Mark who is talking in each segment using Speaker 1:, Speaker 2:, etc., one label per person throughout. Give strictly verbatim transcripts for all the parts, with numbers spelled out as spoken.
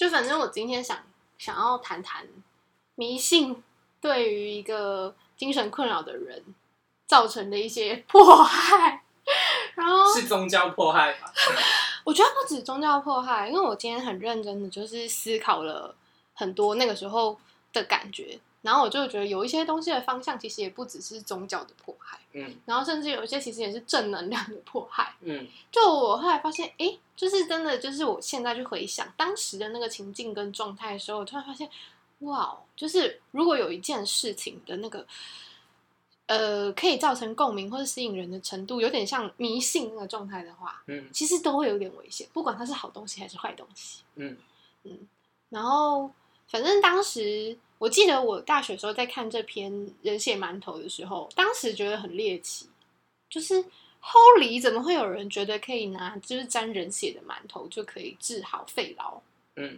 Speaker 1: 就反正我今天想想要谈谈迷信对于一个精神困扰的人造成的一些迫害，然后
Speaker 2: 是宗教迫害吧？
Speaker 1: 我觉得不止宗教迫害，因为我今天很认真的就是思考了很多那个时候的感觉，然后我就觉得有一些东西的方向其实也不只是宗教的迫害，嗯，然后甚至有一些其实也是正能量的迫害，嗯，就我后来发现，哎，就是真的，就是我现在去回想当时的那个情境跟状态的时候，我突然发现，哇，就是如果有一件事情的那个。呃，可以造成共鸣或者吸引人的程度，有点像迷信那个状态的话，嗯，其实都会有点危险，不管它是好东西还是坏东西，嗯嗯。然后，反正当时我记得我大学的时候在看这篇人血馒头的时候，当时觉得很猎奇，就是 Holy 怎么会有人觉得可以拿就是沾人血的馒头就可以治好肺痨？嗯。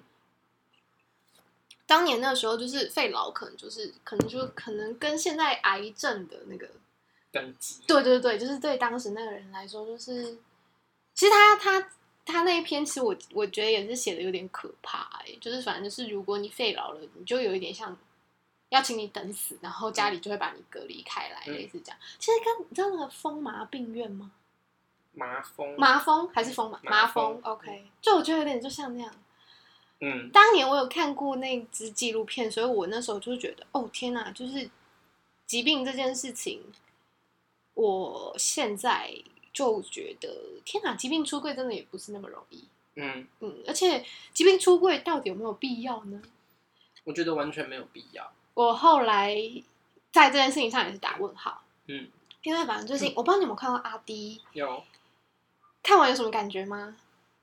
Speaker 1: 当年那时候就是肺痨，可能就是可能就可能跟现在癌症的那个
Speaker 2: 根基，
Speaker 1: 对对对，就是对当时那个人来说，就是其实他他他那一篇，其实我我觉得也是写的有点可怕哎、欸，就是反正就是如果你肺痨了，你就有一点像要请你等死，然后家里就会把你隔离开来，嗯、类似这样。其实跟你知道那个风麻病院吗？
Speaker 2: 麻风，
Speaker 1: 麻风还是风麻？麻风 ，OK， 就我觉得有点就像那样。
Speaker 2: 嗯，
Speaker 1: 当年我有看过那支纪录片，所以我那时候就觉得，哦天哪，就是疾病这件事情，我现在就觉得，天哪，疾病出柜真的也不是那么容易。嗯嗯，而且疾病出柜到底有没有必要呢？
Speaker 2: 我觉得完全没有必要。
Speaker 1: 我后来在这件事情上也是打问号。嗯，因为反正最近、嗯、我不知道你有没有看到阿滴，
Speaker 2: 有，
Speaker 1: 看完有什么感觉吗？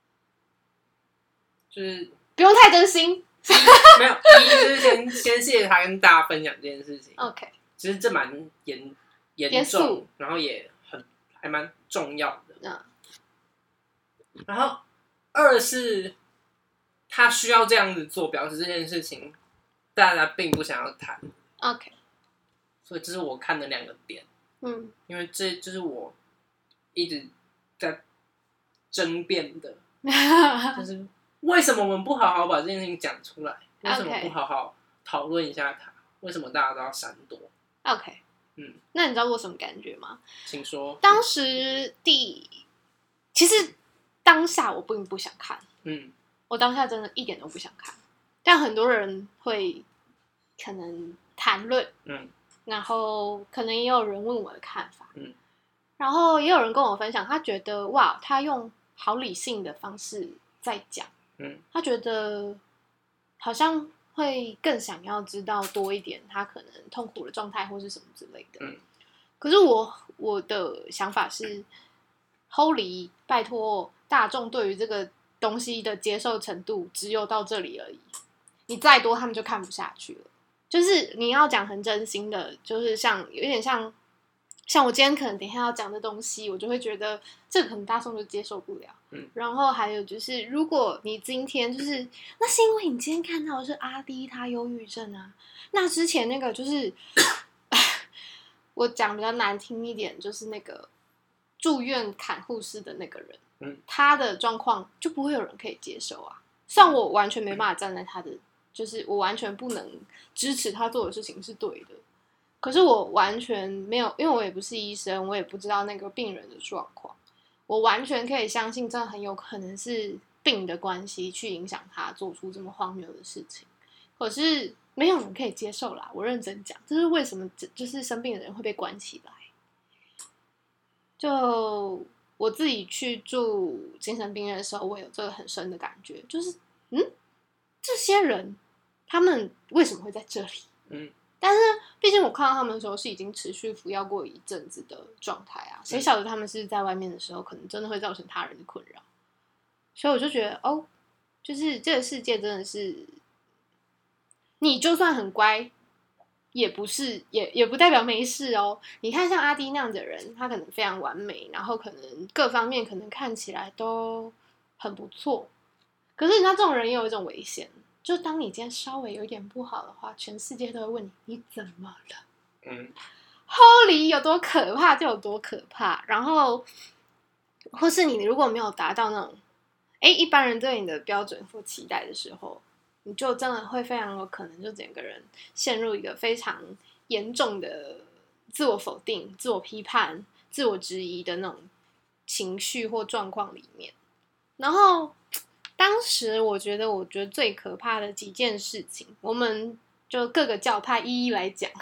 Speaker 2: 就是。
Speaker 1: 不用太真心，
Speaker 2: 没有。第一就是先先谢谢他跟大家分享这件事情。
Speaker 1: OK，
Speaker 2: 其实这蛮严严重，然后也很还蛮重要的。嗯。然后二是他需要这样子做，表示这件事情大家并不想要谈。
Speaker 1: OK，
Speaker 2: 所以这是我看的两个点。嗯，因为这就是我一直在争辩的，就是。为什么我们不好好把这件事情讲出来？为什么不好好讨论一下它？为什么大家都要闪躲
Speaker 1: ？OK， 嗯，那你知道我什么感觉吗？
Speaker 2: 请说。
Speaker 1: 当时第，其实当下我并不想看，嗯，我当下真的一点都不想看，但很多人会可能谈论，嗯，然后可能也有人问我的看法，嗯，然后也有人跟我分享，他觉得哇，他用好理性的方式在讲。嗯，他觉得好像会更想要知道多一点他可能痛苦的状态或是什么之类的。嗯，可是我我的想法是 ，Holy， 拜托大众对于这个东西的接受程度只有到这里而已，你再多他们就看不下去了。就是你要讲很真心的，就是像有点像。像我今天可能等一下要讲的东西，我就会觉得这个可能大众就接受不了。嗯，然后还有就是，如果你今天就是，那是因为你今天看到的是阿滴他忧郁症啊。那之前那个就是我讲比较难听一点，就是那个住院看护士的那个人，嗯，他的状况就不会有人可以接受啊。虽然我完全没办法站在他的，就是我完全不能支持他做的事情是对的。可是我完全没有，因为我也不是医生，我也不知道那个病人的状况。我完全可以相信，这很有可能是病的关系去影响他做出这么荒谬的事情。可是没有人可以接受啦，我认真讲，这是为什么？就是生病的人会被关起来。就我自己去住精神病院的时候，我有这个很深的感觉，就是嗯，这些人他们为什么会在这里？嗯。但是，毕竟我看到他们的时候是已经持续服药过一阵子的状态啊，谁晓得他们是在外面的时候，可能真的会造成他人的困扰。所以我就觉得，哦，就是这个世界真的是，你就算很乖，也不是，也也不代表没事哦。你看，像阿滴那样的人，他可能非常完美，然后可能各方面可能看起来都很不错，可是你知道，这种人也有一种危险。就当你今天稍微有一点不好的话，全世界都会问你你怎么了？嗯 ，Holy 有多可怕就有多可怕。然后，或是你如果没有达到那种，哎，一般人对你的标准或期待的时候， 你就真的会非常有可能就整个人陷入一个非常严重的自我否定、自我批判、自我质疑的那种情绪或状况里面。然后当时我觉得我觉得最可怕的几件事情，我们就各个教派一一来讲。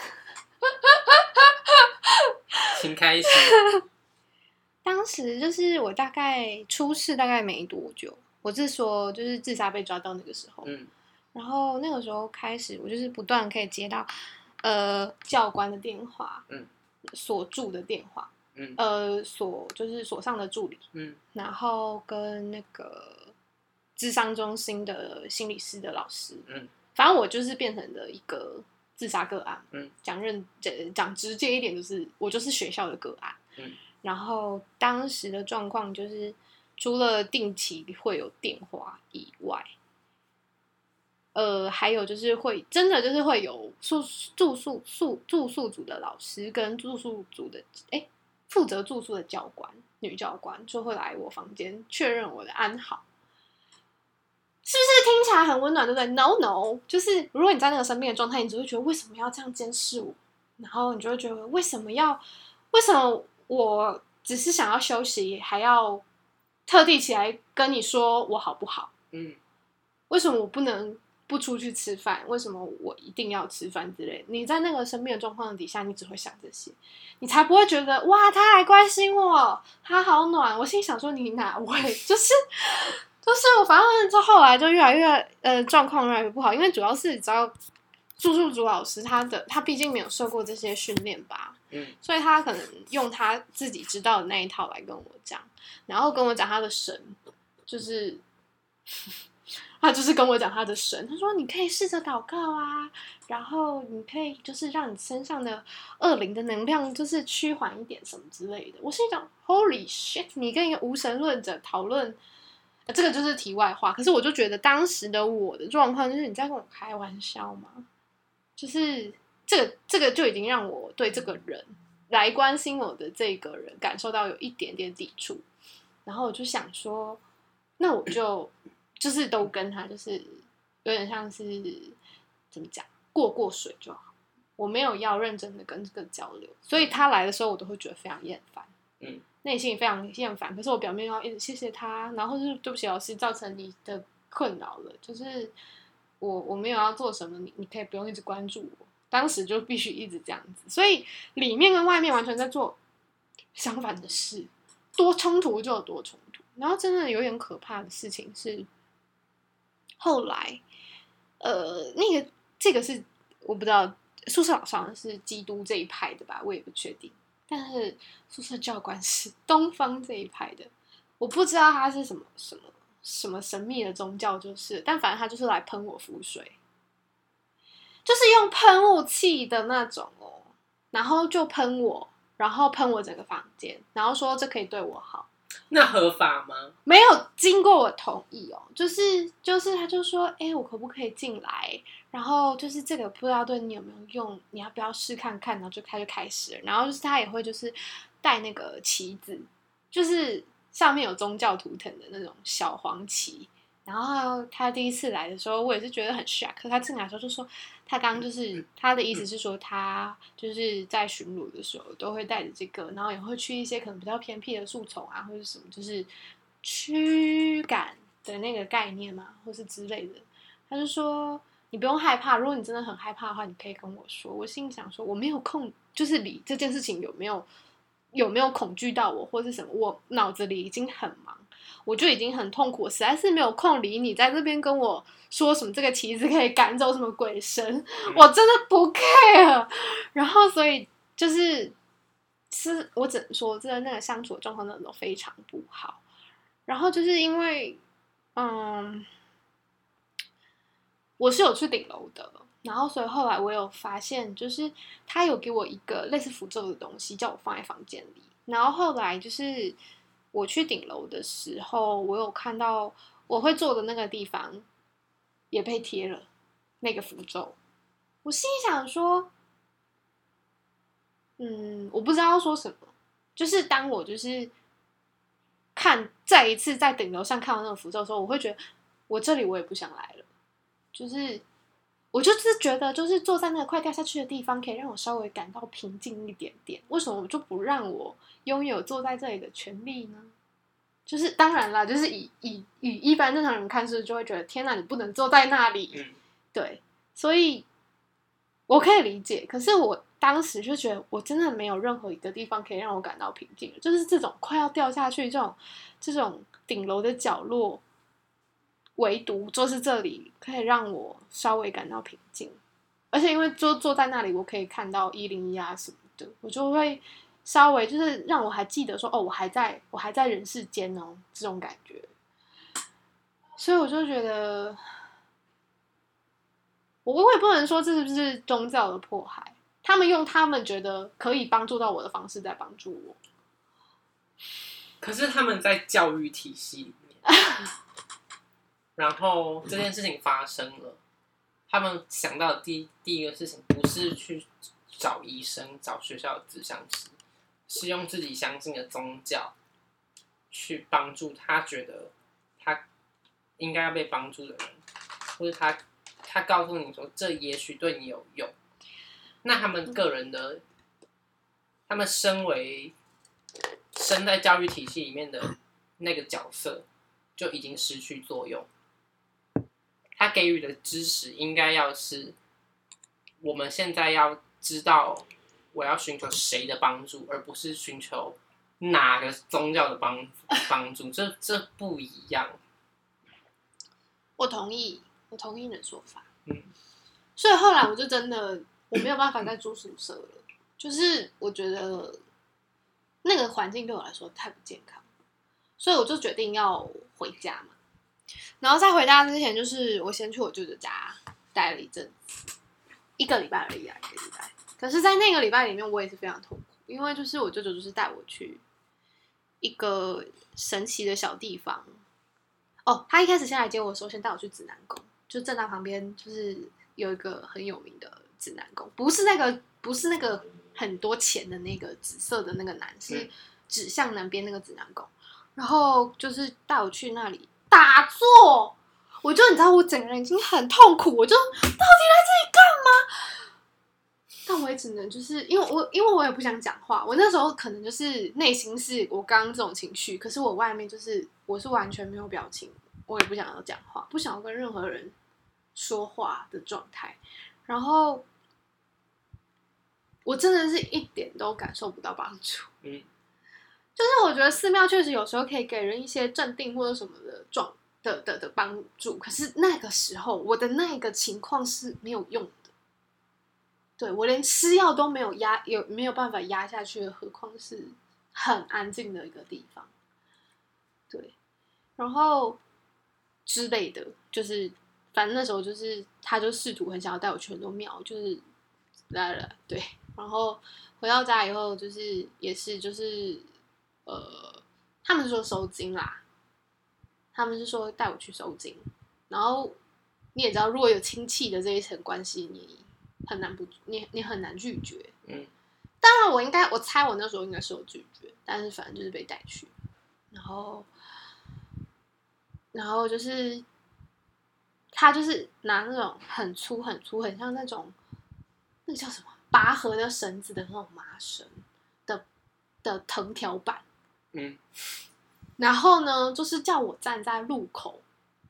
Speaker 2: 请开始。
Speaker 1: 当时就是我大概出事大概没多久，我是说就是自杀被抓到那个时候，嗯，然后那个时候开始，我就是不断可以接到呃教官的电话，嗯，所助的电话，嗯，呃所就是所上的助理，嗯，然后跟那个諮商中心的心理师的老师，嗯，反正我就是变成了一个自杀个案，嗯，讲认讲直接一点，就是我就是学校的个案，嗯。然后当时的状况就是，除了定期会有电话以外，呃，还有就是会真的就是会有住住宿宿住宿组的老师跟住宿组的哎负责住宿的教官女教官就会来我房间确认我的安好，是不是听起来很温暖，对不对 ？No No， 就是如果你在那个生病的状态，你只会觉得为什么要这样监视我，然后你就会觉得为什么要为什么。我只是想要休息，还要特地起来跟你说我好不好？嗯，为什么我不能不出去吃饭？为什么我一定要吃饭之类的？你在那个生病的状况底下，你只会想这些，你才不会觉得哇，他还关心我，他好暖。我心想说你哪位？就是就是我，反正就后来就越来越呃状况越来越不好，因为主要是你知道住宿组老师他的他毕竟没有受过这些训练吧。嗯，所以他可能用他自己知道的那一套来跟我讲，然后跟我讲他的神，就是他就是跟我讲他的神，他说你可以试着祷告啊，然后你可以就是让你身上的恶灵的能量就是趋缓一点什么之类的。我心想 Holy shit， 你跟一个无神论者讨论、呃，这个就是题外话。可是我就觉得当时的我的状况就是你在跟我开玩笑吗？就是这个这个就已经让我对这个人来关心我的这个人感受到有一点点抵触，然后我就想说，那我就就是都跟他就是有点像是怎么讲过过水就好，我没有要认真的跟这个交流，所以他来的时候我都会觉得非常厌烦，嗯，内心非常厌烦，可是我表面要一直谢谢他，然后就是对不起老师造成你的困扰了，就是我我没有要做什么，你你可以不用一直关注我。当时就必须一直这样子，所以里面跟外面完全在做相反的事，多冲突就有多冲突。然后真的有点可怕的事情是，后来，呃，那个这个是我不知道，宿舍老师好像是基督这一派的吧，我也不确定。但是宿舍教官是东方这一派的，我不知道他是什么什么什么神秘的宗教，就是，但反正他就是来喷我符水。就是用喷雾器的那种哦，然后就喷我，然后喷我整个房间，然后说这可以对我好。
Speaker 2: 那合法吗？
Speaker 1: 没有经过我同意哦，就是就是他就说，哎、欸，我可不可以进来？然后就是这个不知道对你有没有用，你要不要试看看？然后就他就开始了，然后就是他也会就是带那个旗子，就是上面有宗教图腾的那种小黄旗。然后他第一次来的时候，我也是觉得很 shock。可他进来的时候就说，他刚刚就是他的意思是说，他就是在巡逻的时候都会带着这个，然后也会去一些可能比较偏僻的树丛啊，或者什么，就是驱赶的那个概念嘛，或是之类的。他就说，你不用害怕，如果你真的很害怕的话，你可以跟我说。我心想说，我没有空，就是理这件事情有没有有没有恐惧到我，或是什么，我脑子里已经很忙。我就已经很痛苦，我实在是没有空理你在这边跟我说什么这个旗子可以赶走什么鬼神，我真的不 care。然后所以就是是我只能说真的那个相处的状况真的都非常不好。然后就是因为嗯我是有去顶楼的，然后所以后来我有发现就是他有给我一个类似符咒的东西叫我放在房间里，然后后来就是我去顶楼的时候，我有看到我会坐的那个地方也被贴了那个符咒。我心里想说，嗯，我不知道要说什么。就是当我就是看再一次在顶楼上看到那个符咒的时候，我会觉得我这里我也不想来了。 就是我就是觉得，就是坐在那个快掉下去的地方，可以让我稍微感到平静一点点。为什么我就不让我拥有坐在这里的权利呢？就是当然啦，就是以以以一般正常人看是就会觉得，天哪，你不能坐在那里。嗯、对，所以我可以理解。可是我当时就觉得，我真的没有任何一个地方可以让我感到平静，就是这种快要掉下去这种这种顶楼的角落。唯独就是这里可以让我稍微感到平静，而且因为坐坐在那里，我可以看到一零一啊什么的，我就会稍微就是让我还记得说，哦，我还在我还在人世间哦，这种感觉。所以我就觉得，我我也不能说这是不是宗教的迫害，他们用他们觉得可以帮助到我的方式在帮助我。
Speaker 2: 可是他们在教育体系里面。然后这件事情发生了，他们想到的第第一个事情不是去找医生、找学校的咨商师，是用自己相信的宗教去帮助他觉得他应该要被帮助的人，或者他他告诉你说这也许对你有用。那他们个人的，他们身为身在教育体系里面的那个角色，就已经失去作用。他给予的知识应该要是，我们现在要知道我要寻求谁的帮助，而不是寻求哪个宗教的帮帮助，这这不一样。
Speaker 1: 我同意，我同意你的说法。嗯，所以后来我就真的我没有办法再住宿舍了，就是我觉得那个环境对我来说太不健康，所以我就决定要回家嘛。然后在回家之前，就是我先去我舅舅家待了一阵子，一个礼拜而已啊，一个礼拜。可是，在那个礼拜里面，我也是非常痛苦，因为就是我舅舅就是带我去一个神奇的小地方。哦，他一开始先来接我的时候，先带我去指南宫，就正大旁边就是有一个很有名的指南宫，不是那个不是那个很多钱的那个紫色的那个南，是指向南边那个指南宫。然后就是带我去那里。打坐，我就你知道，我整个人已经很痛苦，我就到底来这里干嘛？但我也只能就是因为我因为我也不想讲话，我那时候可能就是内心是我刚刚这种情绪，可是我外面就是我是完全没有表情，我也不想要讲话，不想要跟任何人说话的状态。然后我真的是一点都感受不到帮助。嗯。就是我觉得寺庙确实有时候可以给人一些镇定或者什么的状的的的帮助，可是那个时候我的那个情况是没有用的，对，我连吃药都没有压，有没有办法压下去，何况是很安静的一个地方，对，然后之类的，就是反正那时候就是他就试图很想要带我去很多庙，就是来了，对，然后回到家以后就是也是就是。呃，他们是说收金啦，他们是说带我去收金，然后你也知道，如果有亲戚的这一层关系，你很难不你你很难拒绝。嗯，当然我应该我猜我那时候应该是有拒绝，但是反正就是被带去，然后然后就是他就是拿那种很粗很粗，很像那种那个叫什么拔河的绳子的那种麻绳的的藤条板。嗯，然后呢，就是叫我站在路口，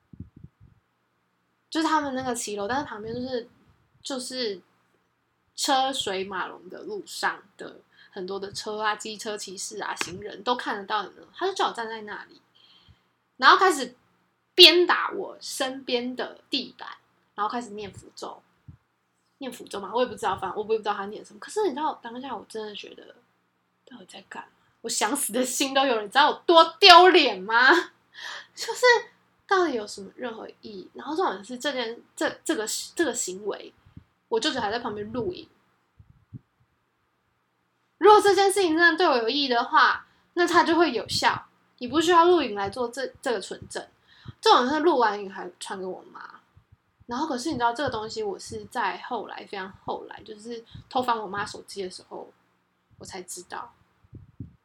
Speaker 1: 就是他们那个骑楼，但是旁边就是就是车水马龙的路上的很多的车啊、机车骑士啊、行人都看得到的呢。他就叫我站在那里，然后开始鞭打我身边的地板，然后开始念符咒，念符咒嘛，我也不知道，反正我也不知道他念什么。可是你知道，当下我真的觉得，到底在干嘛？我想死的心都有人，你知道有多丢脸吗？就是到底有什么任何意义？然后重点是这件这这个这个行为，我舅舅还在旁边录影。如果这件事情真的对我有意义的话，那它就会有效。你不需要录影来做这这个存证。这种是录完影还传给我妈。然后可是你知道这个东西，我是在后来非常后来，就是偷翻我妈手机的时候，我才知道。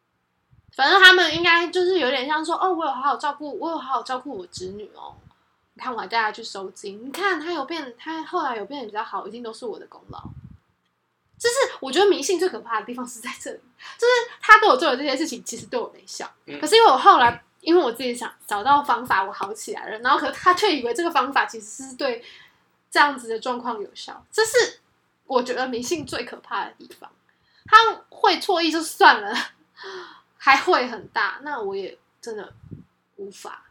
Speaker 1: 反正他们应该就是有点像说，哦，我有好好照顾，我有好好照顾我侄女哦， 你看我还带他去收金，你看他有变，他后来有变得比较好，一定都是我的功劳。就是我觉得迷信最可怕的地方是在这里，就是他对我做的这些事情，其实对我没效，嗯、可是因为我后来因为我自己想找到方法，我好起来了，然后可是他却以为这个方法其实是对这样子的状况有效，这是我觉得迷信最可怕的地方。他会错意就算了，还会很大，那我也真的无法。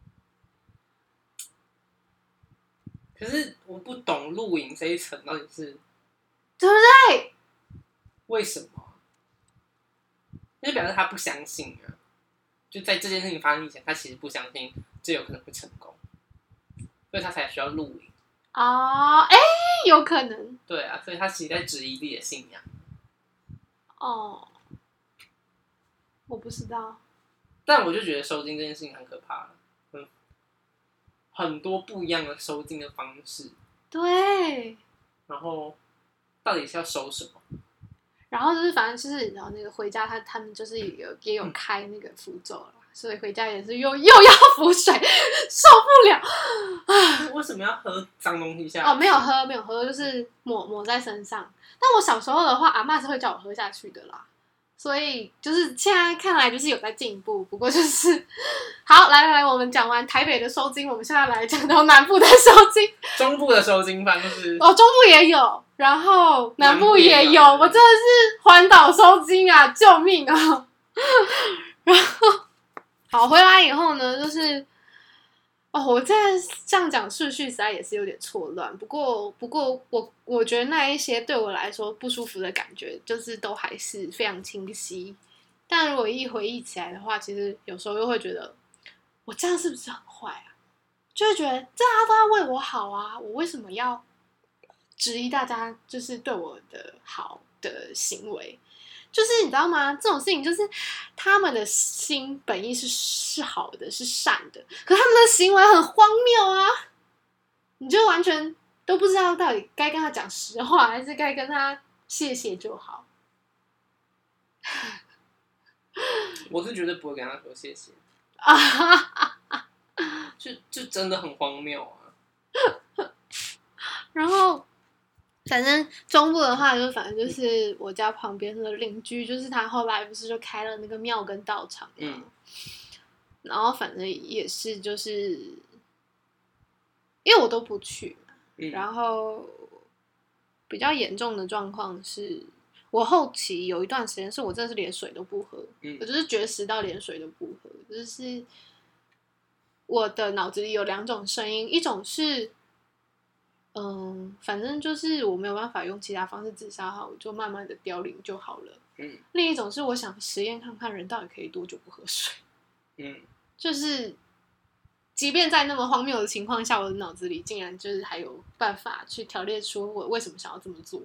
Speaker 2: 可是我不懂露营这一层到底是。
Speaker 1: 对不对？
Speaker 2: 为什么？那就表示他不相信啊！就在这件事情发生以前，他其实不相信这有可能会成功，所以他才需要露营。
Speaker 1: 哦，哎，有可能。
Speaker 2: 对啊，所以他其实在质疑自己的信仰。
Speaker 1: 哦，我不知道。
Speaker 2: 但我就觉得收金这件事情很可怕了，嗯，很多不一样的收金的方式。
Speaker 1: 对。
Speaker 2: 然后。到底是要收什么？
Speaker 1: 然后就是反正就是你知道那个回家他他们就是有也有开那个符咒了，嗯、所以回家也是又又要符水，受不了
Speaker 2: 啊！为什么要喝脏东西下去？
Speaker 1: 哦，没有喝没有喝，就是抹抹在身上。但我小时候的话，阿嬷是会叫我喝下去的啦。所以就是现在看来就是有在进步，不过就是好来来来，我们讲完台北的收金，我们现在来讲到南部的收金，
Speaker 2: 中部的收金方式
Speaker 1: 哦，中部也有，然后南部也有，我真的是环岛收金啊，救命啊！然后好回来以后呢，就是哦，我这样这样讲顺序实在也是有点错乱，不过不过我我觉得那一些对我来说不舒服的感觉，就是都还是非常清晰。但如果一回忆起来的话，其实有时候又会觉得，我这样是不是很坏啊？就会觉得大家都在为我好啊，我为什么要质疑大家就是对我的好的行为？就是你知道吗？这种事情就是他们的心本意是是好的，是善的，可他们的行为很荒谬啊！你就完全都不知道到底该跟他讲实话，还是该跟他谢谢就好。
Speaker 2: 我是绝对不会跟他说谢谢
Speaker 1: 啊！
Speaker 2: 就就真的很荒谬啊！
Speaker 1: 然后。反正中部的话，就反正就是我家旁边的邻居，就是他后来不是就开了那个庙跟道场嘛，嗯，然后反正也是就是因为我都不去嘛，嗯，然后比较严重的状况是我后期有一段时间是我真的是连水都不喝，嗯，我就是绝食到连水都不喝，就是我的脑子里有两种声音，一种是。嗯，反正就是我没有办法用其他方式自杀好，我就慢慢的凋零就好了。嗯，另一种是我想实验看看人到底可以多久不喝水。嗯，就是即便在那么荒谬的情况下，我的脑子里竟然就是还有办法去条列出我为什么想要这么做。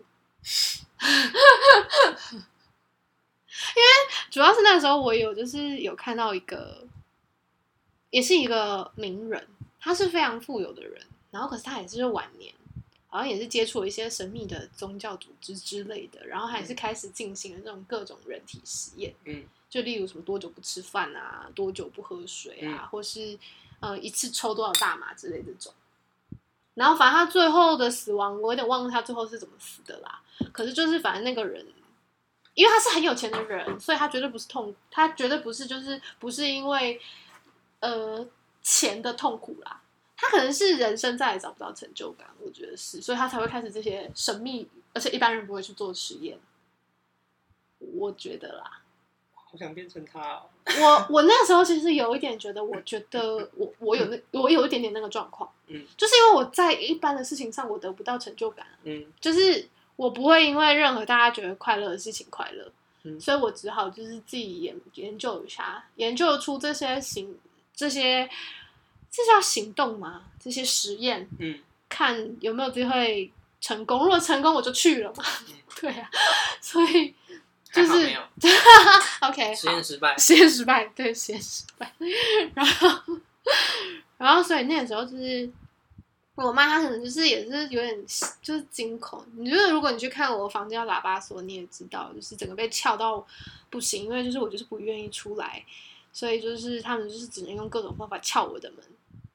Speaker 1: 因为主要是那时候我有就是有看到一个，也是一个名人，他是非常富有的人。然后可是他也是晚年，好像也是接触了一些神秘的宗教组织之类的，然后他也是开始进行了这种各种人体实验，嗯，就例如什么多久不吃饭啊，多久不喝水啊，嗯、或是呃一次抽多少大麻之类这种。然后反正他最后的死亡，我有点忘了他最后是怎么死的啦。可是就是反正那个人，因为他是很有钱的人，所以他绝对不是痛，他绝对不是就是不是因为呃钱的痛苦啦。他可能是人生再也找不到成就感，我觉得是，所以他才会开始这些神秘，而且一般人不会去做实验。我觉得啦，
Speaker 2: 好想变成他哦。
Speaker 1: 我我那时候其实有一点觉得，我觉得我我有那我有一点点那个状况，嗯，就是因为我在一般的事情上我得不到成就感，嗯，就是我不会因为任何大家觉得快乐的事情快乐，嗯，所以我只好就是自己研研究一下，研究出这些行这些。这叫行动吗？这些实验，嗯，看有没有机会成功。如果成功，我就去了嘛。嗯、对啊，所以就是
Speaker 2: 没有
Speaker 1: OK，
Speaker 2: 实验失败，
Speaker 1: 实验失败，对，实验失败。然后，然后，所以那个时候就是我妈，她可能就是也是有点就是惊恐。你觉得如果你去看我房间喇叭锁，你也知道，就是整个被撬到不行，因为就是我就是不愿意出来。所以就是他们就是只能用各种方法撬我的门，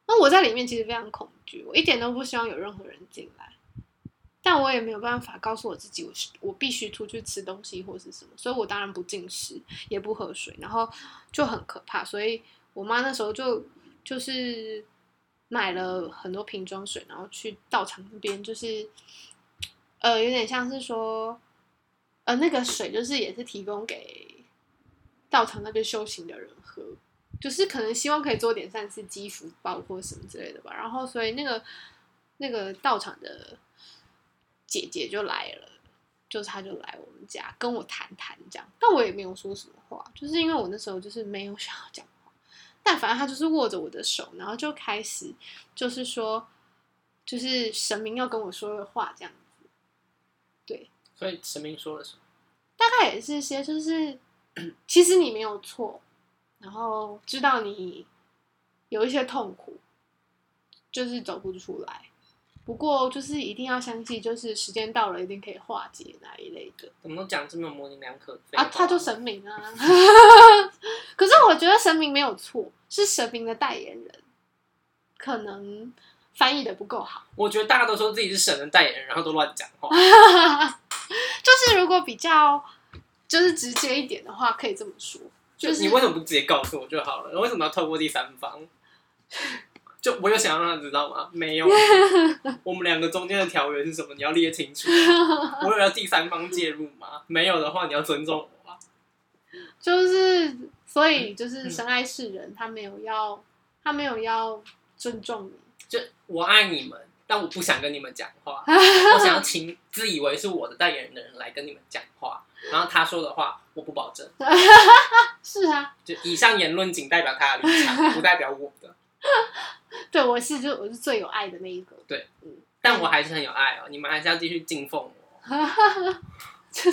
Speaker 1: 那我在里面其实非常恐惧，我一点都不希望有任何人进来，但我也没有办法告诉我自己，我我必须出去吃东西或是什么，所以我当然不进食，也不喝水，然后就很可怕。所以我妈那时候就就是买了很多瓶装水，然后去道场那边，就是呃有点像是说，呃那个水就是也是提供给道场那边修行的人喝。就是可能希望可以做点善事，积福报或什么之类的吧。然后，所以那个那个道场的姐姐就来了，就是她就来我们家跟我谈谈这样，但我也没有说什么话，就是因为我那时候就是没有想要讲话。但反正她就是握着我的手，然后就开始就是说，就是神明要跟我说的话这样子。对，
Speaker 2: 所以神明说了什么？
Speaker 1: 大概也是一些，就是其实你没有错。然后知道你有一些痛苦，就是走不出来。不过就是一定要相信，就是时间到了，一定可以化解那一类的。
Speaker 2: 怎么都讲这么模棱两可
Speaker 1: 啊？他就神明啊。可是我觉得神明没有错，是神明的代言人，可能翻译的不够好。
Speaker 2: 我觉得大家都说自己是神的代言人，然后都乱讲话。
Speaker 1: 就是如果比较就是直接一点的话，可以这么说。
Speaker 2: 就是你为什么不直接告诉我就好了？为什么要透过第三方？就我有想要让他知道吗？没有。我们两个中间的条约是什么？你要列清楚。我有要第三方介入吗？没有的话，你要尊重我啊。
Speaker 1: 就是，所以就是神爱世人，嗯、他没有要，他没有要尊重你。
Speaker 2: 就我爱你们，但我不想跟你们讲话。我想要请自以为是我的代言人的人来跟你们讲话。然后他说的话，我不保证。
Speaker 1: 是啊，
Speaker 2: 就以上言论仅代表他的立场，不代表我的。
Speaker 1: 对，我是就我是最有爱的那一个。
Speaker 2: 对，嗯，但我还是很有爱哦。你们还是要继续敬奉我。
Speaker 1: 就是，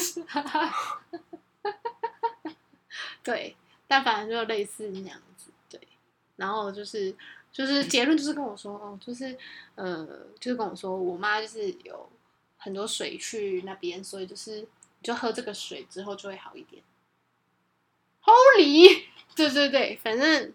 Speaker 1: 对，但反正就类似那样子，对。然后就是就是结论就是跟我说哦，就是呃，就是跟我说，我妈就是有很多水去那边，所以就是。就喝这个水之后就会好一点。Holy， 对对对，反正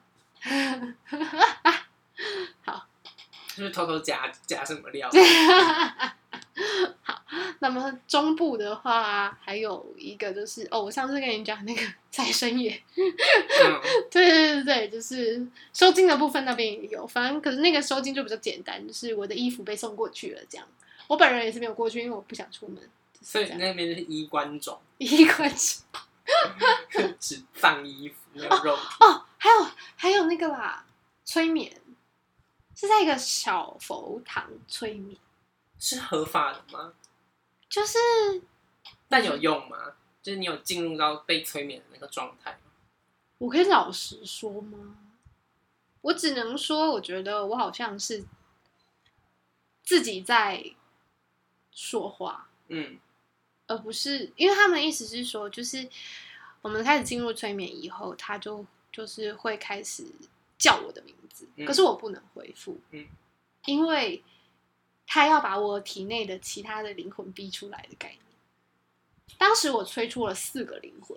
Speaker 1: 好，
Speaker 2: 就是偷偷加加什么料。
Speaker 1: 好，那么中部的话，还有一个就是哦，我上次跟你讲那个财神爷，嗯、对对对对，就是收金的部分那边也有，反正可是那个收金就比较简单，就是我的衣服被送过去了，这样。我本人也是没有过去，因为我不想出门。
Speaker 2: 所以那边就是衣冠冢，
Speaker 1: 衣冠冢
Speaker 2: 只放衣服，没有肉体。
Speaker 1: 哦，哦还有还有那个啦，催眠是在一个小佛堂催眠，
Speaker 2: 是合法的吗？
Speaker 1: 就是，
Speaker 2: 但有用吗？就是你有进入到被催眠的那个状态吗？
Speaker 1: 我可以老实说吗？我只能说，我觉得我好像是自己在说话，嗯。而不是，因为他们的意思是说，就是我们开始进入催眠以后，他就就是会开始叫我的名字，嗯、可是我不能回复，嗯，因为他要把我体内的其他的灵魂逼出来的概念。当时我催出了四个灵魂，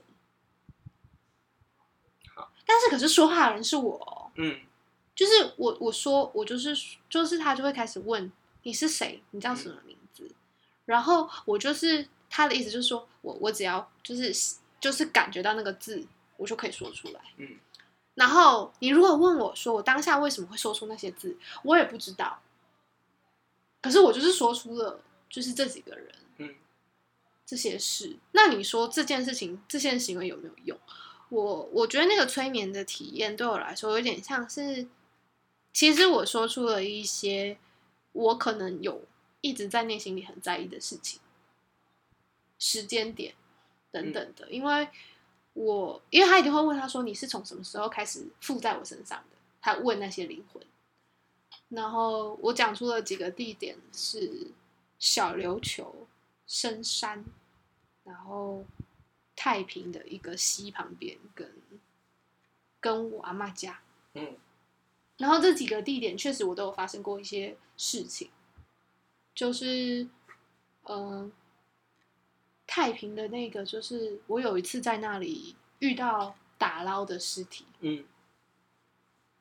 Speaker 1: 好，但是可是说话的人是我，嗯，就是我我说我就是就是他就会开始问你是谁，你叫什么名字，嗯、然后我就是。他的意思就是说，我我只要就是就是感觉到那个字，我就可以说出来。嗯，然后你如果问我说，我当下为什么会说出那些字，我也不知道。可是我就是说出了，就是这几个人，嗯，这些事。那你说这件事情、这件行为有没有用？我我觉得那个催眠的体验对我来说，有点像是，其实我说出了一些我可能有一直在内心里很在意的事情。时间点等等的，嗯、因为我因为他一定会问他说你是从什么时候开始附在我身上的？他问那些灵魂，然后我讲出了几个地点是小琉球、深山，然后太平的一个溪旁边，跟跟我阿嬷家，嗯，然后这几个地点确实我都有发生过一些事情，就是嗯。呃太平的那个，就是我有一次在那里遇到打捞的尸体，嗯，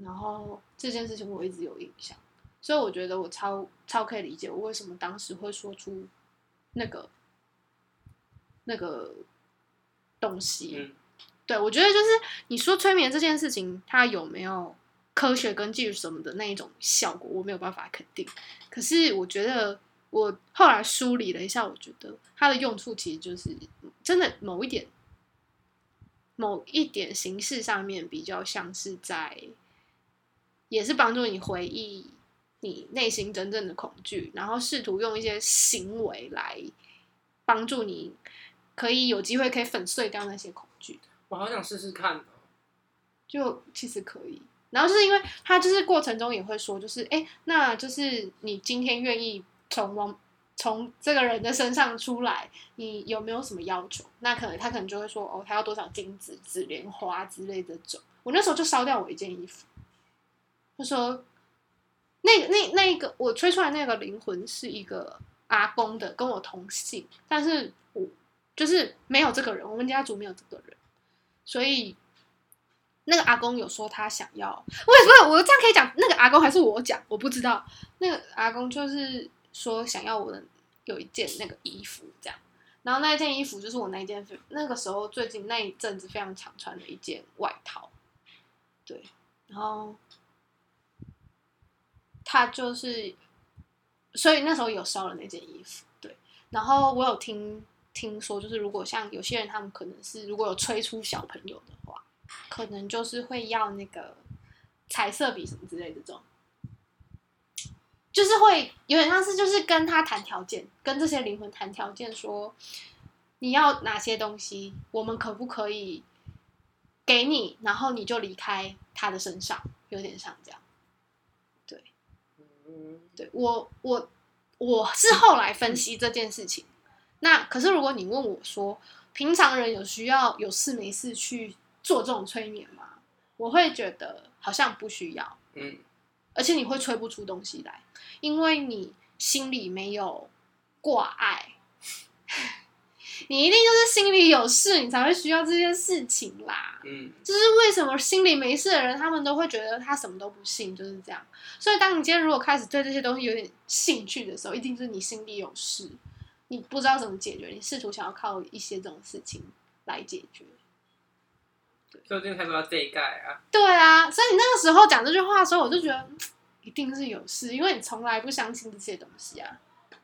Speaker 1: 然后这件事情我一直有印象，所以我觉得我超超可以理解我为什么当时会说出那个那个东西。嗯，对，我觉得就是你说催眠这件事情，它有没有科学根据什么的那一种效果，我没有办法肯定。可是我觉得我后来梳理了一下，我觉得它的用处其实就是真的某一点。某一点形式上面比较像是在，也是帮助你回忆你内心真正的恐惧，然后试图用一些行为来帮助你，可以有机会可以粉碎掉那些恐惧。
Speaker 2: 我好想试试看哦。
Speaker 1: 就其实可以，然后就是因为他就是过程中也会说，就是哎，那就是你今天愿意从往。从这个人的身上出来，你有没有什么要求？那可能他可能就会说，哦，他要多少金子、紫莲花之类的种。我那时候就烧掉我一件衣服，就说那那那一个我吹出来那个灵魂是一个阿公的，跟我同姓，但是我就是没有这个人，我们家族没有这个人，所以那个阿公有说他想要，我也不是我这样可以讲，那个阿公还是我讲，我不知道。那个阿公就是说想要我的有一件那个衣服这样，然后那一件衣服就是我那一件那个时候最近那一阵子非常常穿的一件外套，对，然后他就是，所以那时候有烧了那件衣服，对，然后我有听听说，就是如果像有些人他们可能是如果有催出小朋友的话，可能就是会要那个彩色笔什么之类的这种。就是会有点像是，就是跟他谈条件，跟这些灵魂谈条件，说你要哪些东西，我们可不可以给你，然后你就离开他的身上，有点像这样。对，对我我我是后来分析这件事情。那可是如果你问我说，平常人有需要有事没事去做这种催眠吗？我会觉得好像不需要。嗯。而且你会催不出东西来，因为你心里没有挂碍，你一定就是心里有事，你才会需要这件事情啦。嗯，就是为什么心里没事的人，他们都会觉得他什么都不信，就是这样。所以，当你今天如果开始对这些东西有点兴趣的时候，一定是你心里有事，你不知道怎么解决，你试图想要靠一些这种事情来解决。
Speaker 2: 所以今天才说到这一盖啊。
Speaker 1: 对啊，所以你那个时候讲这句话的时候，我就觉得一定是有事，因为你从来不相信这些东西啊。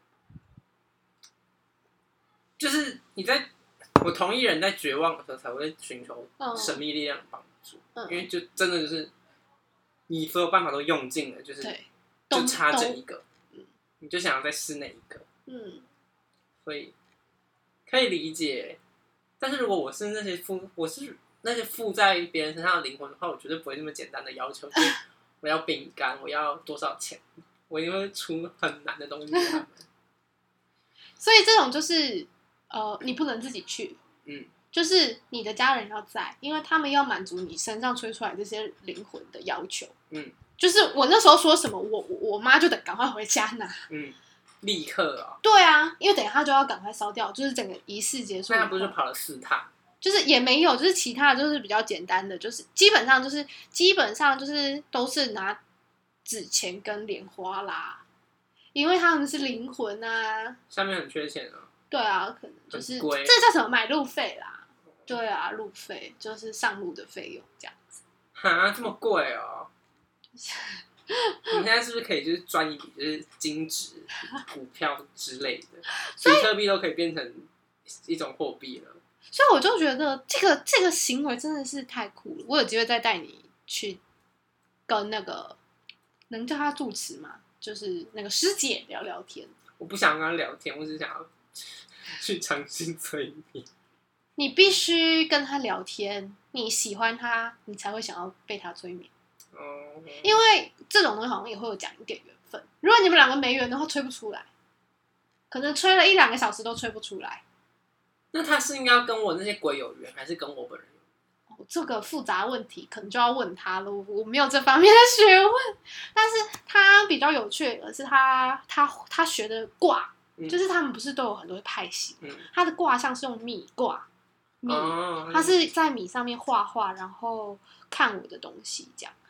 Speaker 2: 就是你在，我同意人在绝望的时候才会寻求神秘力量的帮助，嗯、因为就真的就是你所有办法都用尽了，就是就差这一个，你就想要再试那一个，嗯，所以可以理解。但是如果我是那些附，我是那些附在别人身上的灵魂的话，我绝对不会这么简单的要求，就是我要饼干，我要多少钱，我一定会出很难的东西给他们。
Speaker 1: 所以这种就是呃，你不能自己去，嗯，就是你的家人要在，因为他们要满足你身上吹出来这些灵魂的要求，嗯，就是我那时候说什么，我我妈就得赶快回家拿，嗯。
Speaker 2: 立刻啊、哦！
Speaker 1: 对啊，因为等一下就要赶快烧掉，就是整个仪式结束。
Speaker 2: 那他不是就跑了四趟？
Speaker 1: 就是也没有，就是其他的就是比较简单的，就是基本上就是基本上就是都是拿纸钱跟莲花啦，因为他们是灵魂啊。
Speaker 2: 下面很缺钱啊。
Speaker 1: 对啊，可能就是这叫什么买路费啦？对啊，路费就是上路的费用这样子。
Speaker 2: 哈，这么贵哦！你现在是不是可以就是赚一笔就是金值股票之类的，比特币都可以变成一种货币了。
Speaker 1: 所以我就觉得这个这个行为真的是太酷了。我有机会再带你去跟那个能叫他住持吗？就是那个师姐聊聊天。
Speaker 2: 我不想跟他聊天，我只想要去尝新催眠。
Speaker 1: 你必须跟他聊天，你喜欢他，你才会想要被他催眠。因为这种东西好像也会有讲一点缘分。如果你们两个没缘的话，吹不出来，可能吹了一两个小时都吹不出来。
Speaker 2: 那他是应该要跟我那些鬼有缘，还是跟我本人有缘？
Speaker 1: 哦，这个复杂问题可能就要问他了，我没有这方面的学问。但是他比较有趣的是他，他他他学的卦，嗯、就是他们不是都有很多派系，嗯、他的卦象是用米卦，米，哦、他是在米上面画画，然后看我的东西这样。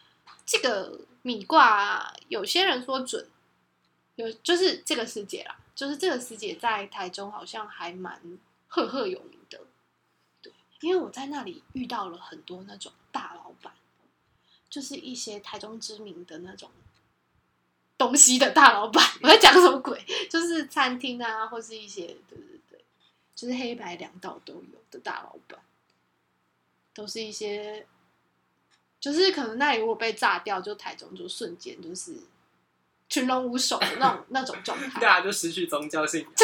Speaker 1: 这个米卦、啊，有些人说准，有就是这个师姐啦，就是这个师姐在台中好像还蛮赫赫有名的。对，因为我在那里遇到了很多那种大老板，就是一些台中知名的那种东西的大老板。我在讲什么鬼？就是餐厅啊，或是一些对对对，就是黑白两道都有的大老板，都是一些。就是可能那里如果被炸掉，就台中就瞬间就是群龙无首的那种那种状态，
Speaker 2: 大家就失去宗教信仰。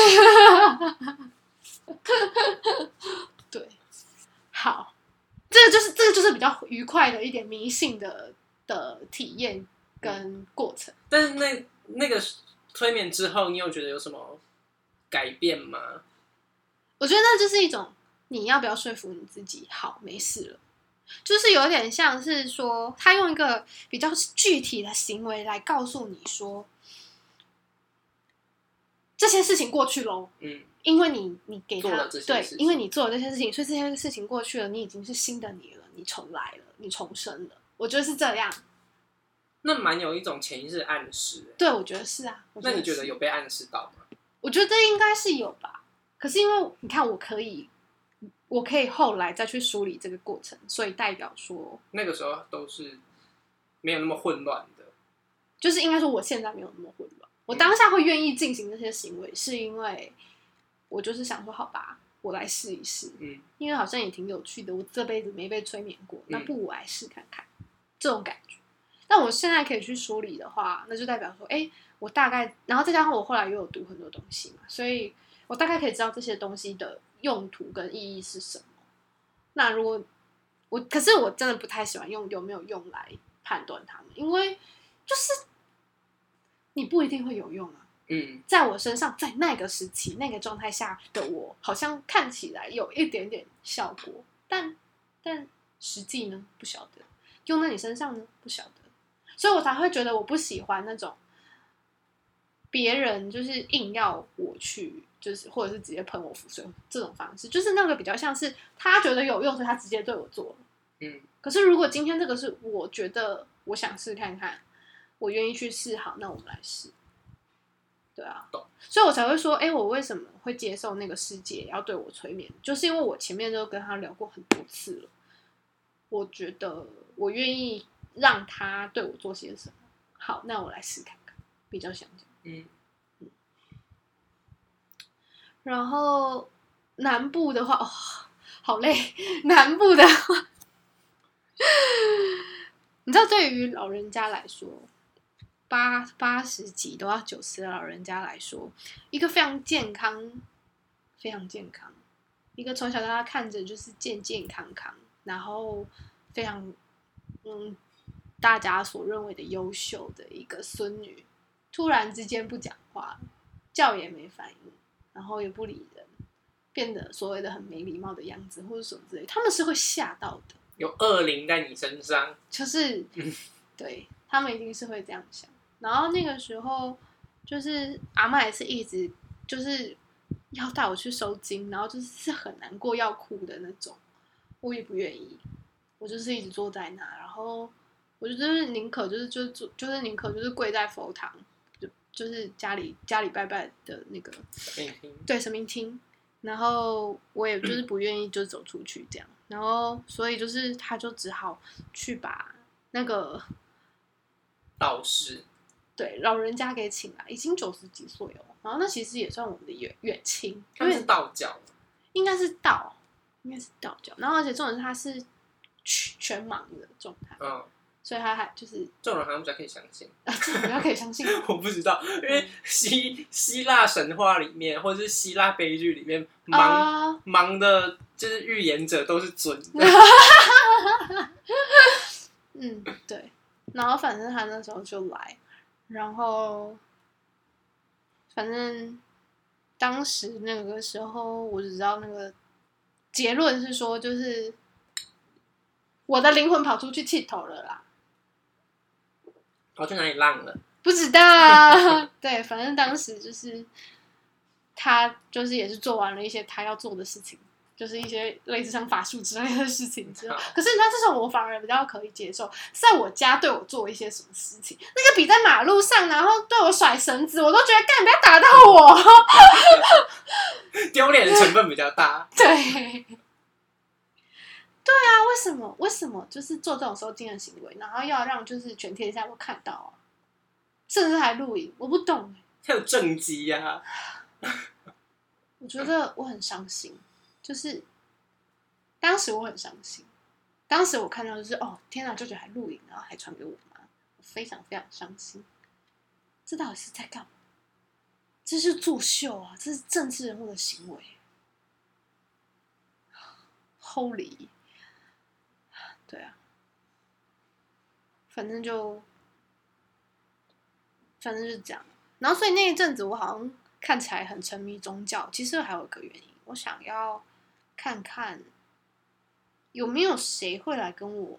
Speaker 1: 对，好，这个就是这个就是比较愉快的一点迷信的的体验跟过程。
Speaker 2: 但是那那个催眠之后，你有觉得有什么改变吗？
Speaker 1: 我觉得那就是一种你要不要说服你自己，好，没事了。就是有点像是说，他用一个比较具体的行为来告诉你说，这些事情过去咯。嗯，因为你你给他对，因为你做了这些事情，所以这些事情过去了，你已经是新的你了，你重来了，你重生了。我觉得是这样。
Speaker 2: 那蛮有一种潜意识暗示。
Speaker 1: 对，我觉得是啊。
Speaker 2: 那你觉得有被暗示到吗？
Speaker 1: 我觉得应该是有吧。可是因为你看，我可以。我可以后来再去梳理这个过程，所以代表说
Speaker 2: 那个时候都是没有那么混乱的，
Speaker 1: 就是应该说我现在没有那么混乱。我当下会愿意进行这些行为，是因为我就是想说，好吧，我来试一试，嗯，因为好像也挺有趣的。我这辈子没被催眠过，那不如我来试看看，嗯，这种感觉。但我现在可以去梳理的话，那就代表说，哎，我大概，然后再加上我后来又有读很多东西嘛，所以我大概可以知道这些东西的用途跟意义是什么。那如果我，可是我真的不太喜欢用有没有用来判断它们，因为就是你不一定会有用啊。嗯，在我身上，在那个时期、那个状态下的我，好像看起来有一点点效果，但但实际呢，不晓得用在你身上呢，不晓得，所以我才会觉得我不喜欢那种别人就是硬要我去。就是或者是直接喷我符水这种方式，就是那个比较像是他觉得有用，所以他直接对我做了。嗯，可是如果今天这个是我觉得我想试看看，我愿意去试，好，那我们来试。对啊，所以我才会说，哎，我为什么会接受那个师姐要对我催眠，就是因为我前面就跟他聊过很多次了，我觉得我愿意让他对我做些什么。好，那我来试看看，比较想讲。嗯。然后南部的话，哦，好累。南部的话，你知道，对于老人家来说，八八十几都要九十的老人家来说，一个非常健康、非常健康，一个从小到大看着就是健健康康，然后非常嗯，大家所认为的优秀的一个孙女，突然之间不讲话，叫也没反应。然后也不理人，变得所谓的很没礼貌的样子，或者什么之类，他们是会吓到的。
Speaker 2: 有恶灵在你身上，
Speaker 1: 就是，对，他们一定是会这样想。然后那个时候，就是阿嬷也是一直就是要带我去收金，然后就是很难过要哭的那种，我也不愿意，我就是一直坐在那，然后我就就是宁可就是就就是宁可就是跪在佛堂。就是家里家里拜拜的那个
Speaker 2: 神明厅，
Speaker 1: 对神明厅，然后我也就是不愿意就走出去这样，然后所以就是他就只好去把那个
Speaker 2: 道士，
Speaker 1: 对老人家给请来，已经九十几岁哦，然后那其实也算我们的远远亲，
Speaker 2: 他们是道教，
Speaker 1: 应该是道，应该是道教，然后而且重点是他是全全盲的状态，嗯。所以他还就是
Speaker 2: 这种人好像比较可以相信
Speaker 1: 啊，这种比较可以相信
Speaker 2: 我不知道，因为希希腊神话里面或者是希腊悲剧里面盲、uh... 盲的，就是预言者都是准的。
Speaker 1: 嗯，对。然后反正他那时候就来，然后反正当时那个时候我只知道那个结论是说，就是我的灵魂跑出去气头了啦。
Speaker 2: 跑去哪里浪了？
Speaker 1: 不知道啊。对，反正当时就是他，就是也是做完了一些他要做的事情， 就是一些类似像法术之类的事情之后，可是那这种我反而比较可以接受，在我家对我做一些什么事情，那个比在马路上然后对我甩绳子，我都觉得干不要打到我，
Speaker 2: 丢脸的成分比较大。
Speaker 1: 对，对啊，为什么为什么就是做这种收金的行为，然后要让就是全天下都看到啊，甚至还录影，我不懂、欸。
Speaker 2: 还有正畸呀，
Speaker 1: 我觉得我很伤心，就是当时我很伤心，当时我看到就是哦天哪，舅舅还录影，然后还传给我妈，我非常非常伤心。这到底是在干嘛？这是作秀啊！这是政治人物的行为。Holy， 对啊，反正就反正就是这样。然后所以那一阵子我好像看起来很沉迷宗教，其实还有一个原因，我想要看看有没有谁会来跟我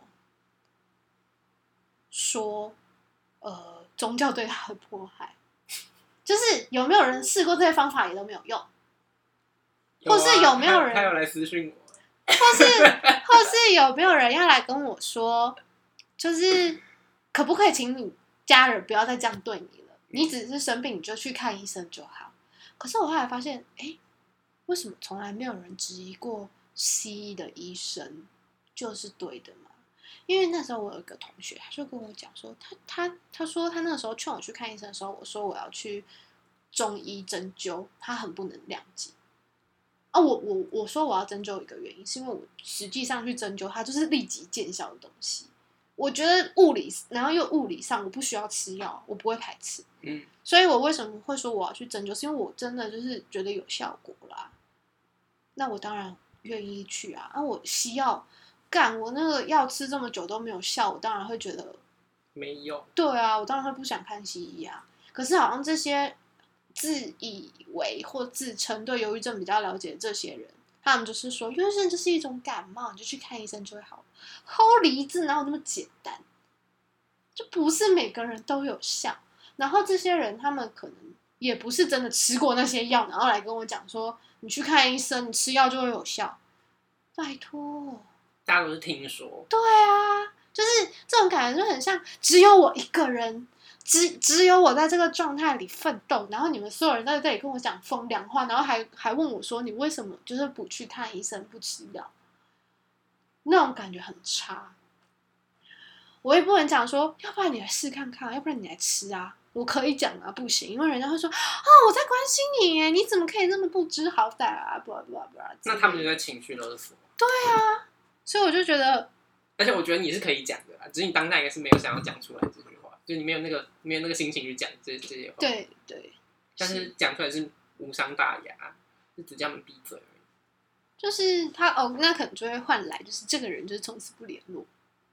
Speaker 1: 说，呃，宗教对他的迫害，就是有没有人试过这些方法也都没有用，
Speaker 2: 有啊、
Speaker 1: 或是有没有人
Speaker 2: 他有来私讯我，
Speaker 1: 或是或是有没有人要来跟我说，就是可不可以请你家人不要再这样对你了？你只是生病，你就去看医生就好。可是我后来发现，哎，为什么从来没有人质疑过西医的医生就是对的嘛？因为那时候我有一个同学，他就跟我讲说，他他他说他那个时候劝我去看医生的时候，我说我要去中医针灸，他很不能谅解。啊，我我我说我要针灸一个原因，是因为我实际上去针灸，它就是立即见效的东西。我觉得物理，然后又物理上，我不需要吃药，我不会排斥。嗯，所以我为什么会说我要去针灸，是因为我真的就是觉得有效果啦。那我当然愿意去啊。啊，我西药干，我那个药吃这么久都没有效，我当然会觉得
Speaker 2: 没用。
Speaker 1: 对啊，我当然会不想看西医啊。可是好像这些自以为或自称对忧郁症比较了解的这些人，他们就是说忧郁症就是一种感冒，你就去看医生就会好了。齁梨子哪有那么简单？就不是每个人都有效。然后这些人他们可能也不是真的吃过那些药，然后来跟我讲说你去看医生，你吃药就会有效。拜托，
Speaker 2: 大家都是听说。
Speaker 1: 对啊，就是这种感觉就很像只有我一个人。只只有我在这个状态里奋斗，然后你们所有人在这里跟我讲风凉话，然后还还问我说你为什么就是不去看医生不吃药，那种感觉很差。我也不能讲说要不然你来试看看，要不然你来吃啊，我可以讲啊，不行，因为人家会说哦我在关心你耶，你怎么可以这么不知好歹啊，不不不，
Speaker 2: 那他们就在情绪勒索。
Speaker 1: 对啊，所以我就觉得，
Speaker 2: 而且我觉得你是可以讲的啦，只是你当下应该是没有想要讲出来这句话。就你没有那个没有那个心情去讲这这些话，
Speaker 1: 对对，
Speaker 2: 但是讲出来是无伤大雅，是只叫他们闭嘴而已。
Speaker 1: 就是他哦，那可能就会换来就是这个人就是从此不联络。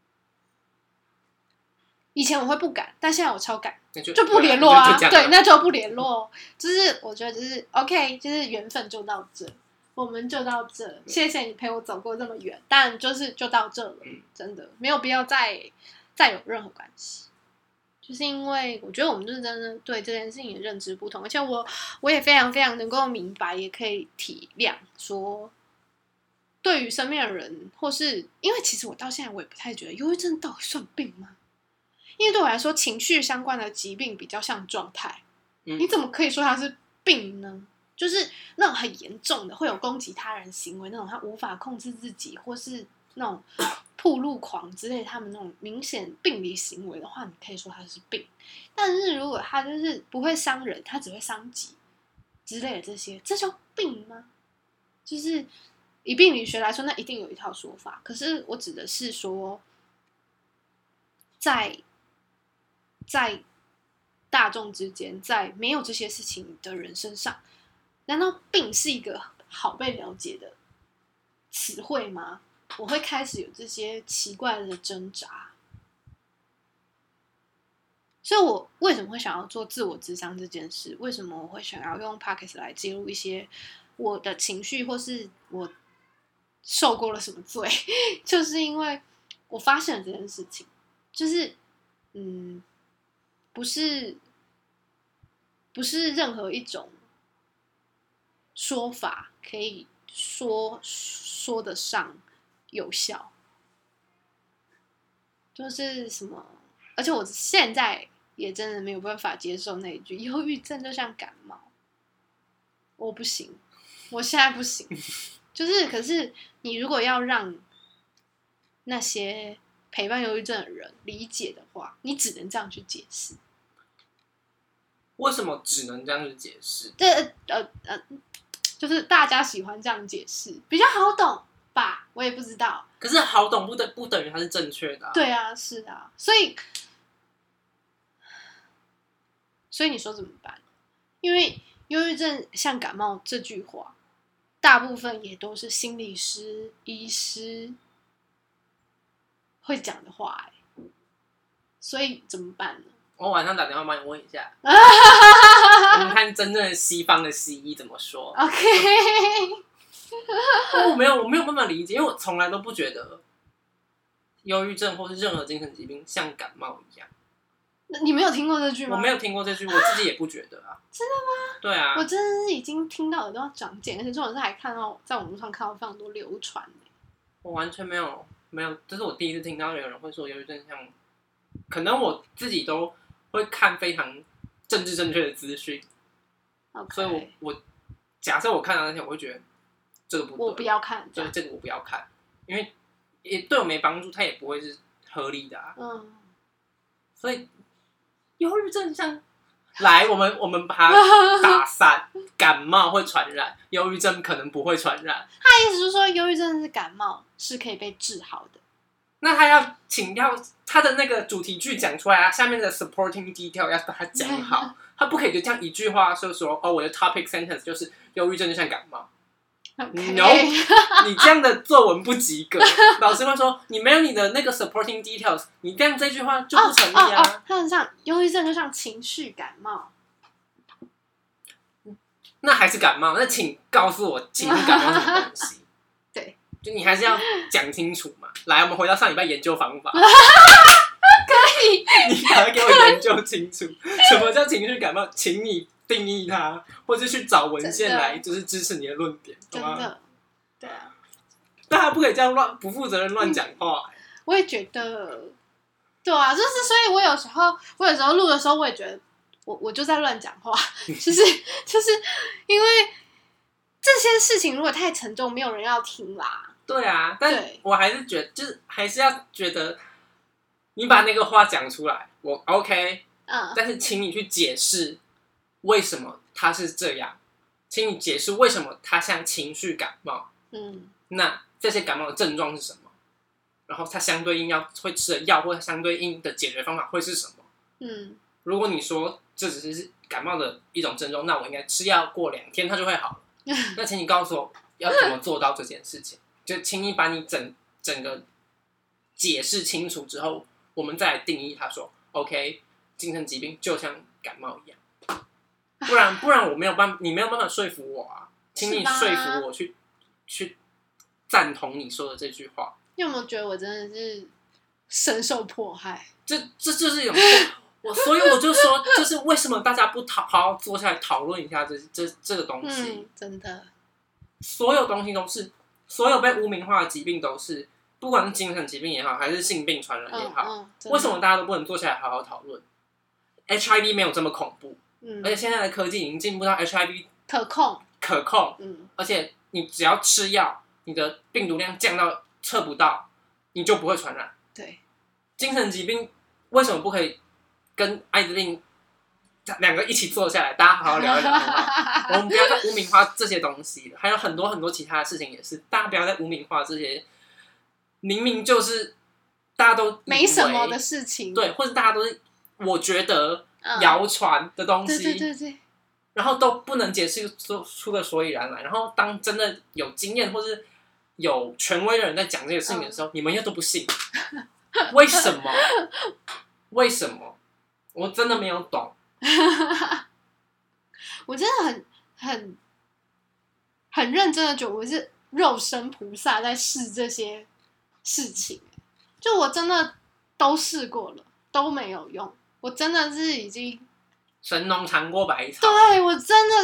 Speaker 1: 以前我会不敢，但现在我超敢，
Speaker 2: 就
Speaker 1: 就不联络啊。对，那就不联络。就是我觉得就是 OK， 就是缘分就到这，我们就到这。谢谢你陪我走过这么远，但就是就到这了，嗯、真的没有必要再再有任何关系。就是因为我觉得我们就是真的对这件事情的认知不同，而且我我也非常非常能够明白，也可以体谅说，对于身边的人，或是因为其实我到现在我也不太觉得忧郁症到底算病吗？因为对我来说，情绪相关的疾病比较像状态，嗯、你怎么可以说它是病呢？就是那种很严重的，会有攻击他人行为，那种他无法控制自己，或是那种暴露狂之类，他们那种明显病理行为的话，你可以说他是病。但是如果他就是不会伤人，他只会伤己之类的这些，这叫病吗？就是以病理学来说，那一定有一套说法。可是我指的是说，在在大众之间，在没有这些事情的人身上，难道病是一个好被了解的词汇吗？我会开始有这些奇怪的挣扎，所以我为什么会想要做自我諮商这件事？为什么我会想要用 Podcast 来记录一些我的情绪，或是我受过了什么罪？就是因为我发现了这件事情，就是嗯，不是不是任何一种说法可以说说得上有效，就是什么，而且我现在也真的没有办法接受那一句忧郁症就像感冒，我不行，我现在不行。就是可是你如果要让那些陪伴忧郁症的人理解的话，你只能这样去解释。
Speaker 2: 为什么只能这样去解释？
Speaker 1: 这呃呃，就是大家喜欢这样解释，比较好懂吧？我也不知道。
Speaker 2: 可是好懂不等不等于它是正确的、啊。
Speaker 1: 对啊，是啊，所以所以你说怎么办？因为忧郁症像感冒这句话，大部分也都是心理师、医师会讲的话、欸，所以怎么办呢？
Speaker 2: 我晚上打电话帮你问一下，我们看真正的西方的西医怎么说。
Speaker 1: OK，
Speaker 2: 我没有，我没有办法理解，因为我从来都不觉得忧郁症或是任何精神疾病像感冒一样。
Speaker 1: 你没有听过这句吗？
Speaker 2: 我没有听过这句，我自己也不觉得啊。
Speaker 1: 真的吗？
Speaker 2: 对啊，
Speaker 1: 我真的是已经听到耳朵要长茧，而且这种事还看到在网络上看到非常多流传、欸。
Speaker 2: 我完全没有没有，这是我第一次听到有人会说忧郁症像，可能我自己都会看非常政治正确的资讯，
Speaker 1: okay.
Speaker 2: 所以我我假设我看到那些，我会觉得这个不对，
Speaker 1: 我不要看，
Speaker 2: 对，这个我不要看，因为也对我没帮助，它也不会是合理的啊。嗯，所以忧郁症像，来，我们我们把它打散，感冒会传染，忧郁症可能不会传染。
Speaker 1: 他意思是说，忧郁症是感冒，是可以被治好的。
Speaker 2: 那他要请要他的那个主题句讲出来啊，下面的 supporting detail 要把它讲好，他不可以就这样一句话就说哦，我的 topic sentence 就是忧郁症就像感冒。
Speaker 1: Okay.
Speaker 2: No， 你这样的作文不及格，老师会说你没有你的那个 supporting details， 你这样这句话就不成立啊。
Speaker 1: 哦哦哦，它很像忧郁症，就像情绪感冒。
Speaker 2: 那还是感冒？那请告诉我情绪感冒是什么东西？
Speaker 1: 对。
Speaker 2: 就你还是要讲清楚嘛。来，我们回到上礼拜研究方法。
Speaker 1: 可以，
Speaker 2: 你把它给我研究清楚，什么叫情绪感冒？请你定义它，或是去找文献来，就是支持你的论点，
Speaker 1: 真的，对啊。
Speaker 2: 大家不可以这样乱不负责任乱讲话、欸。
Speaker 1: 我也觉得，对啊，就是所以，我有时候我有时候录的时候，我也觉得我我就在乱讲话，就是就是因为这些事情如果太沉重，没有人要听啦。
Speaker 2: 对啊，但我还是觉得，就是还是要觉得，你把那个话讲出来，我 OK， 嗯，但是请你去解释为什么它是这样，请你解释为什么它像情绪感冒，嗯，那这些感冒的症状是什么？然后它相对应要会吃的药，或者相对应的解决方法会是什么？嗯，如果你说这只是感冒的一种症状，那我应该吃药过两天它就会好了。那请你告诉我要怎么做到这件事情？就请你把你整整个解释清楚之后，我们再来定义它说 ，OK， 精神疾病就像感冒一样，不然不然我没有办法，你没有办法说服我啊，请你说服我去去赞同你说的这句话。
Speaker 1: 你有没有觉得我真的是深受迫害？
Speaker 2: 这这就是有我，所以我就说，就是为什么大家不好好坐下来讨论一下这这这个东西？
Speaker 1: 嗯，真的，
Speaker 2: 所有东西都是。所有被污名化的疾病都是，不管是精神疾病也好，还是性病传染也好，嗯嗯、为什么大家都不能坐下来好好讨论 ？H I V 没有这么恐怖，嗯、而且现在的科技已经进步到 H I V
Speaker 1: 可控，
Speaker 2: 可控，嗯、而且你只要吃药，你的病毒量降到测不到，你就不会传染。
Speaker 1: 对，
Speaker 2: 精神疾病为什么不可以跟艾滋病两个一起坐下来，大家好好聊一聊好不好？我们不要再污名化这些东西了，还有很多很多其他的事情也是，大家不要再污名化这些明明就是大家都
Speaker 1: 没什么的事情，
Speaker 2: 对，或者大家都是我觉得谣传的东西，
Speaker 1: 嗯、对对对对，
Speaker 2: 然后都不能解释出个所以然来，然后当真的有经验或是有权威的人在讲这些事情的时候，嗯、你们又都不信，为什么？为什么？我真的没有懂。
Speaker 1: 我真的很很很认真的觉得我是肉身菩萨在试这些事情，就我真的都试过了，都没有用。我真的是已经
Speaker 2: 神农尝过百草，
Speaker 1: 对我真的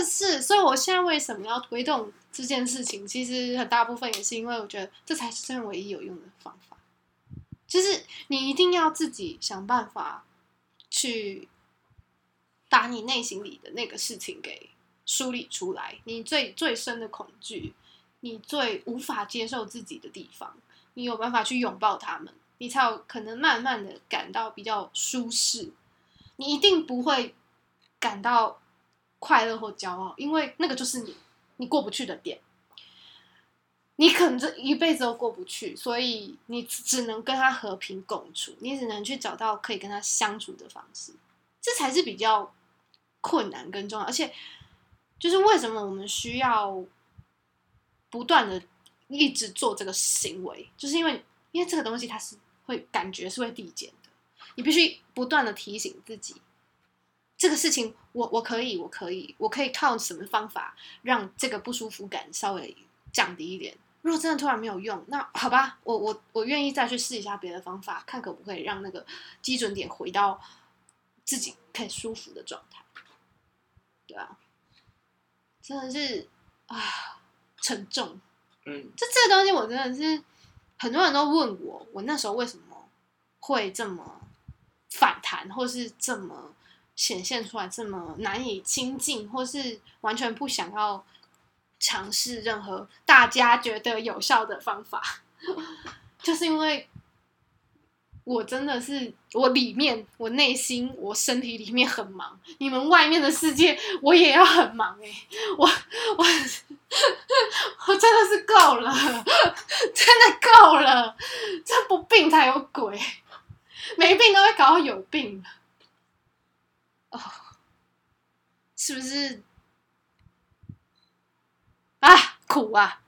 Speaker 1: 是，所以我现在为什么要推动这件事情？其实很大部分也是因为我觉得这才是真的唯一有用的方法，就是你一定要自己想办法去把你内心里的那个事情给梳理出来，你最最深的恐惧，你最无法接受自己的地方，你有办法去拥抱他们，你才有可能慢慢的感到比较舒适。你一定不会感到快乐或骄傲，因为那个就是你你过不去的点，你可能这一辈子都过不去，所以你只能跟他和平共处，你只能去找到可以跟他相处的方式，这才是比较困难跟重要。而且就是为什么我们需要不断的一直做这个行为，就是因为因为这个东西它是会感觉是会递减的，你必须不断的提醒自己，这个事情我我可以我可以我可以靠什么方法让这个不舒服感稍微降低一点。如果真的突然没有用，那好吧，我我我愿意再去试一下别的方法，看可不可以让那个基准点回到自己可以舒服的状态。对啊，真的是啊，沉重。嗯，这这个东西我真的是很多人都问我，我那时候为什么会这么反弹，或是这么显现出来，这么难以亲近，或是完全不想要尝试任何大家觉得有效的方法，就是因为我真的是我里面我内心我身体里面很忙，你们外面的世界我也要很忙哎、欸，我我我真的是够了，真的够了，这不病才有鬼，没病都会搞到有病哦，是不是啊？苦啊！